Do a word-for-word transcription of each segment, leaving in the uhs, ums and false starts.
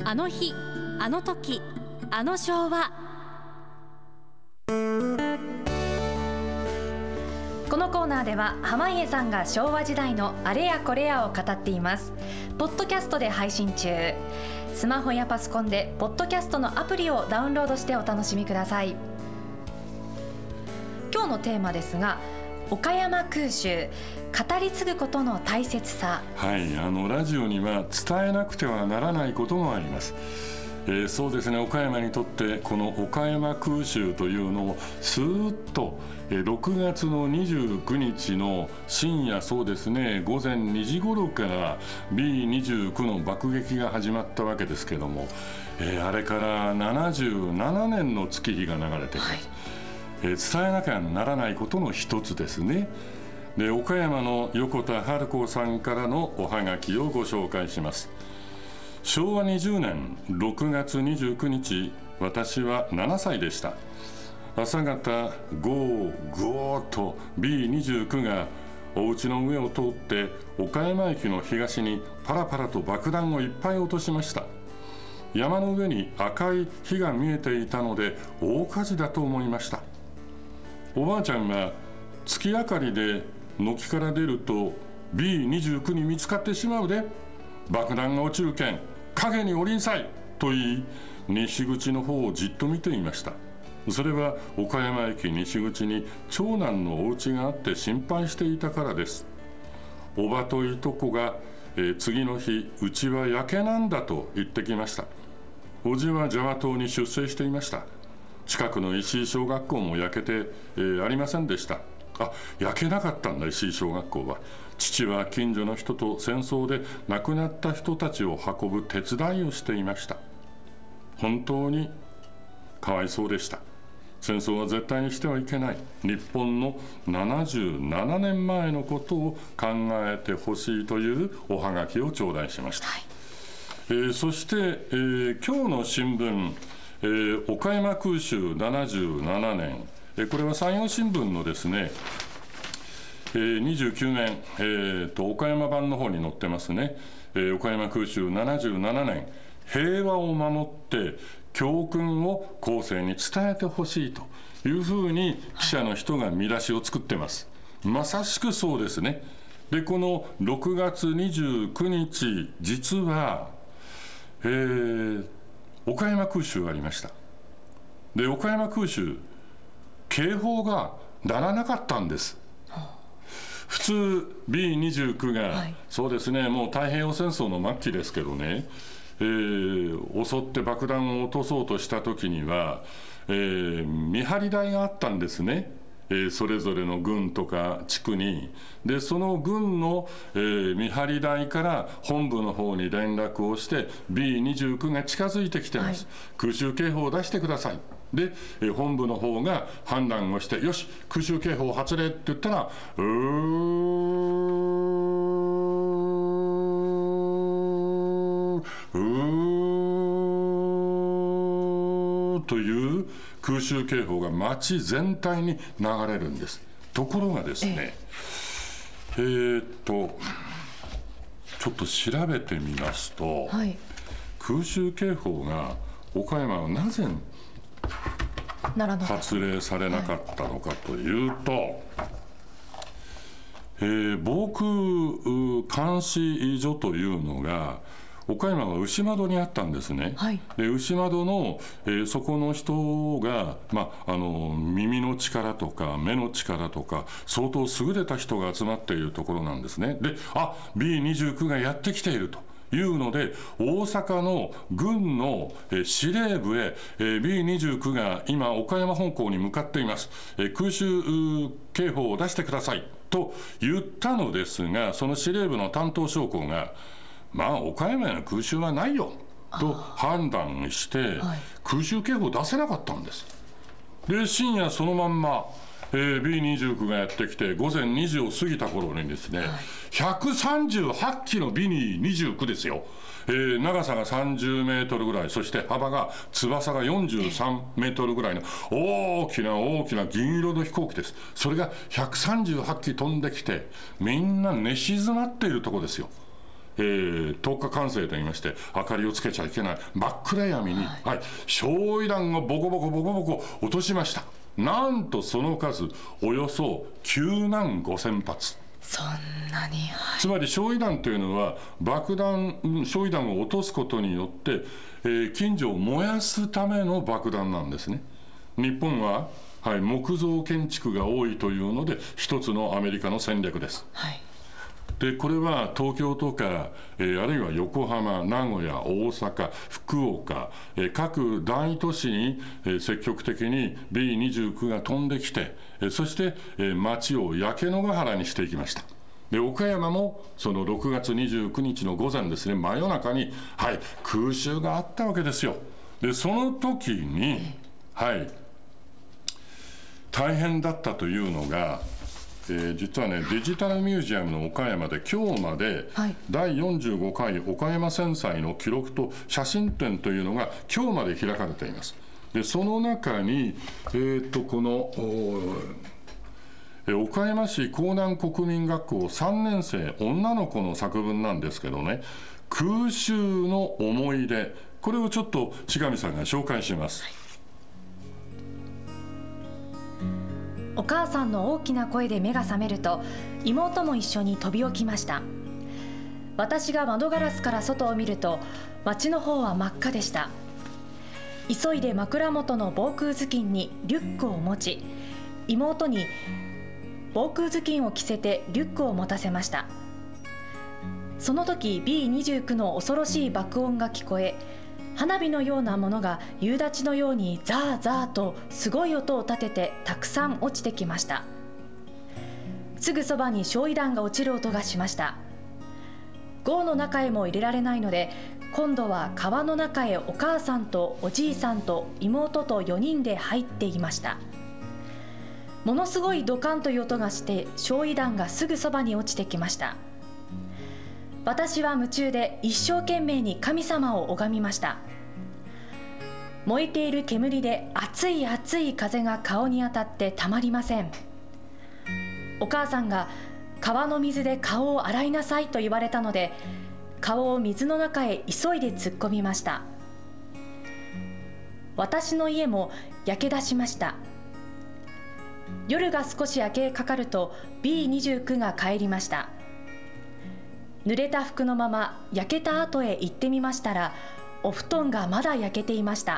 あの日あの時あの昭和。 このコーナーでは濱家さんが昭和時代のあれやこれやを語っています。ポッドキャストで配信中。スマホやパソコンでポッドキャストのアプリをダウンロードしてお楽しみください。今日のテーマですが、岡山空襲、語り継ぐことの大切さ。 はい、あのラジオには伝えなくてはならないこともあります。えー、そうですね、岡山にとってこの岡山空襲というのをスーッとろくがつのにじゅうくにちの深夜、そうですね、ごぜんにじ頃から ビーにじゅうきゅう の爆撃が始まったわけですけども、えー、あれからななじゅうななねんの月日が流れています。はい、えー、伝えなきゃならないことの一つですね。で、岡山の横田春子さんからのおはがきをご紹介します。しょうわにじゅうねんろくがつにじゅうくにち、私はななさいでした。朝方ゴーゴーと ビーにじゅうきゅう がお家の上を通って岡山駅の東にパラパラと爆弾をいっぱい落としました。山の上に赤い火が見えていたので大火事だと思いました。おばあちゃんは月明かりで軒から出ると ビーにじゅうきゅう に見つかってしまうで、爆弾が落ちるけん影におりんさいと言い、西口の方をじっと見ていました。それは岡山駅西口に長男のお家があって心配していたからです。おばといとこが、えー、次の日うちは焼けなんだと言ってきました。おじはジャワ島に出征していました。近くの石井小学校も焼けて、えー、ありませんでした。あ、焼けなかったんだ、石井小学校は。父は近所の人と戦争で亡くなった人たちを運ぶ手伝いをしていました。本当にかわいそうでした。戦争は絶対にしてはいけない。日本のななじゅうななねんまえのことを考えてほしいというおはがきを頂戴しました。はい、えー、そして、えー、今日の新聞、えー、岡山空襲ななじゅうななねん、えー、これは山陽新聞のですね、えー、にじゅうきゅうめん、えー、と岡山版の方に載ってますね。えー、岡山空襲ななじゅうななねん、平和を守って教訓を後世に伝えてほしいというふうに記者の人が見出しを作ってます。まさしくそうですね。で、このろくがつにじゅうくにち、実は、えー、岡山空襲がありました。で、岡山空襲、警報が鳴らなかったんです。普通 ビーにじゅうきゅう が、はい、そうですね、もう太平洋戦争の末期ですけどね、えー、襲って爆弾を落とそうとした時には、えー、見張り台があったんですね。えー、それぞれの郡とか地区に。で、その郡の、えー、見張り台から本部の方に連絡をして ビーにじゅうきゅう が近づいてきてます、はい、空襲警報を出してください。で、えー、本部の方が判断をして、よし空襲警報発令って言ったら、うーうーという空襲警報が街全体に流れるんです。ところがですね、えー、っとちょっと調べてみますと、はい、空襲警報が岡山はなぜ発令されなかったのかというと、はい、えー、防空監視所というのが岡山は牛窓にあったんですね。はい、で、牛窓の、えー、そこの人が、まあ、あの耳の力とか目の力とか相当優れた人が集まっているところなんですね。で、あ、ビーにじゅうきゅう がやってきているというので、大阪の軍の、えー、司令部へ、えー、ビーにじゅうきゅう が今岡山本校に向かっています、えー、空襲警報を出してくださいと言ったのですが、その司令部の担当将校が、まあ岡山への空襲はないよと判断して、はい、空襲警報出せなかったんです。で、深夜そのまんま、えー、ビーにじゅうきゅう がやってきてごぜんにじを過ぎた頃にですね、はい、ひゃくさんじゅうはちきの ビーにじゅうきゅう ですよ。えー、長さがさんじゅうメートルぐらい、そして幅が翼がよんじゅうさんメートルぐらいの大きな大きな銀色の飛行機です。それがひゃくさんじゅうはちき飛んできて、みんな寝静まっているところですよ。 えー、灯火管制といいまして明かりをつけちゃいけない真っ暗闇に、はいはい、焼夷弾をボコボコボコボコ落としました。なんとその数およそきゅうまんごせんはつ。 そんなに、はい、 つまり焼夷弾というのは爆弾焼夷弾を落とすことによって、えー、近所を燃やすための爆弾なんですね。日本は、はい、木造建築が多いというので一つのアメリカの戦略です。 はい、 でこれは東京とか、えー、あるいは横浜、名古屋、大阪、福岡、えー、各大都市に、えー、積極的に ビーにじゅうきゅう が飛んできて、えー、そして、えー、街を焼け野ヶ原にしていきました。で岡山もそのろくがつにじゅうくにちの午前ですね、真夜中に、はい、空襲があったわけですよ。でその時に、はい、大変だったというのが、えー、実はねデジタルミュージアムの岡山で今日までだいよんじゅうごかい岡山戦災の記録と写真展というのが今日まで開かれています。でその中に、えー、とこの岡山市江南国民学校さんねんせい女の子の作文なんですけどね、空襲の思い出、これをちょっと千上さんが紹介します。はい、 お母さんの大きな声で目が覚めると妹も一緒に飛び起きました。私が窓ガラスから外を見ると街の方は真っ赤でした。急いで枕元の防空頭巾にリュックを持ち、妹に防空頭巾を着せてリュックを持たせました。その時 ビーにじゅうきゅう の恐ろしい爆音が聞こえ、花火のようなものが夕立のようにザーザーとすごい音を立ててたくさん落ちてきました。すぐそばに焼夷弾が落ちる音がしました。壕の中へも入れられないので、今度は川の中へお母さんとおじいさんと妹とよにんで入っていました。ものすごいドカンという音がして焼夷弾がすぐそばに落ちてきました。私は夢中で一生懸命に神様を拝みました。燃えている煙で熱い熱い風が顔に当たってたまりません。お母さんが川の水で顔を洗いなさいと言われたので、顔を水の中へ急いで突っ込みました。私の家も焼け出しました。夜が少し明けかかると ビーにじゅうきゅう が帰りました。濡れた服のまま焼けた後へ行ってみましたら、お布団がまだ焼けていました。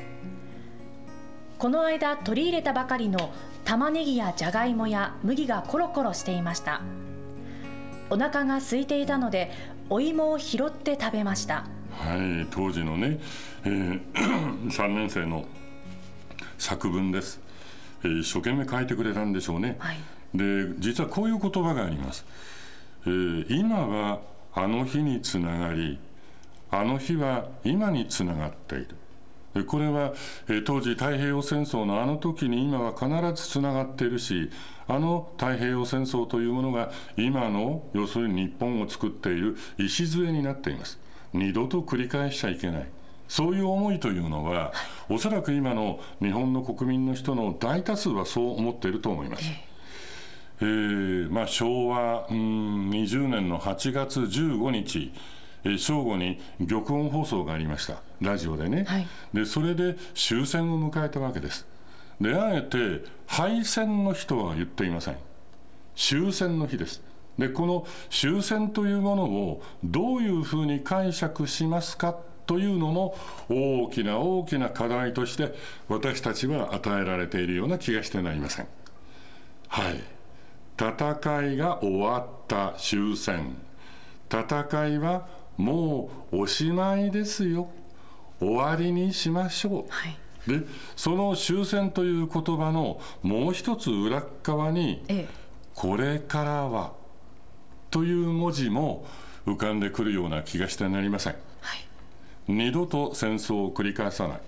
この間取り入れたばかりの玉ねぎやじゃがいもや麦がコロコロしていました。お腹が空いていたのでお芋を拾って食べました。 はい、当時のね、えー、さんねんせいの作文です。えー、一生懸命書いてくれたんでしょうね。はい、で実はこういう言葉があります。えー、今はあの日につながり、あの日は今につながっている。これは、えー、当時太平洋戦争のあの時に今は必ずつながっているし、あの太平洋戦争というものが今の要するに日本を作っている礎になっています。二度と繰り返しちゃいけない、そういう思いというのはおそらく今の日本の国民の人の大多数はそう思っていると思います。えーまあ、昭和うんにじゅうねんのはちがつじゅうごにち、えー、正午に玉音放送がありました、ラジオでね。はい、でそれで終戦を迎えたわけです。であえて敗戦の日とは言っていません。終戦の日です。でこの終戦というものをどういうふうに解釈しますかというのも大きな大きな課題として私たちは与えられているような気がしてなりません。はい、戦いが終わった終戦、戦いはもうおしまいですよ、終わりにしましょう。はい、でその終戦という言葉のもう一つ裏側に、ええ、これからはという文字も浮かんでくるような気がしてなりません。はい、二度と戦争を繰り返さない、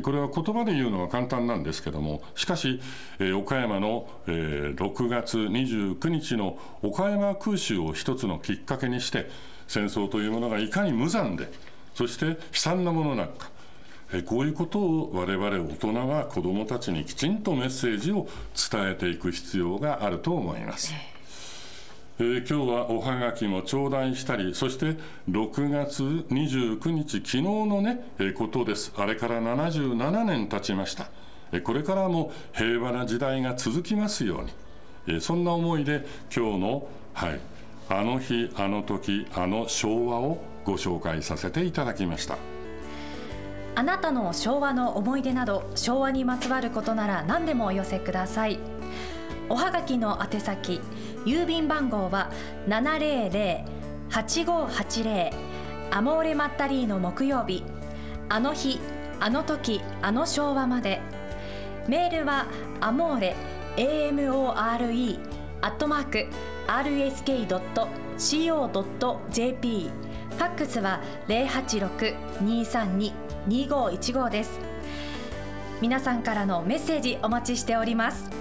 これは言葉で言うのは簡単なんですけども、しかし、えー、岡山の、えー、ろくがつにじゅうくにちの岡山空襲を一つのきっかけにして、戦争というものがいかに無残でそして悲惨なものなのか、えー、こういうことを我々大人は子どもたちにきちんとメッセージを伝えていく必要があると思います。ええー、今日はおはがきも頂戴したり、そしてろくがつにじゅうくにち、昨日のね、えー、ことです。あれからななじゅうななねん経ちました。えー、これからも平和な時代が続きますように、えー、そんな思いで今日の、はい、あの日あの時あの昭和をご紹介させていただきました。 あなたの昭和の思い出など、昭和にまつわることなら何でもお寄せください。おはがきの宛先、郵便番号は ななぜろぜろ はちごはちぜろ アモーレマッタリーノ木曜日、あの日あの時あの昭和まで。メールはアモーレ エーエムオーアールイー アットマーク アールエスケードットシーオードットジェーピー、 ファックスは ゼロはちろく にーさんに にーごーいちごです。皆さんからのメッセージお待ちしております。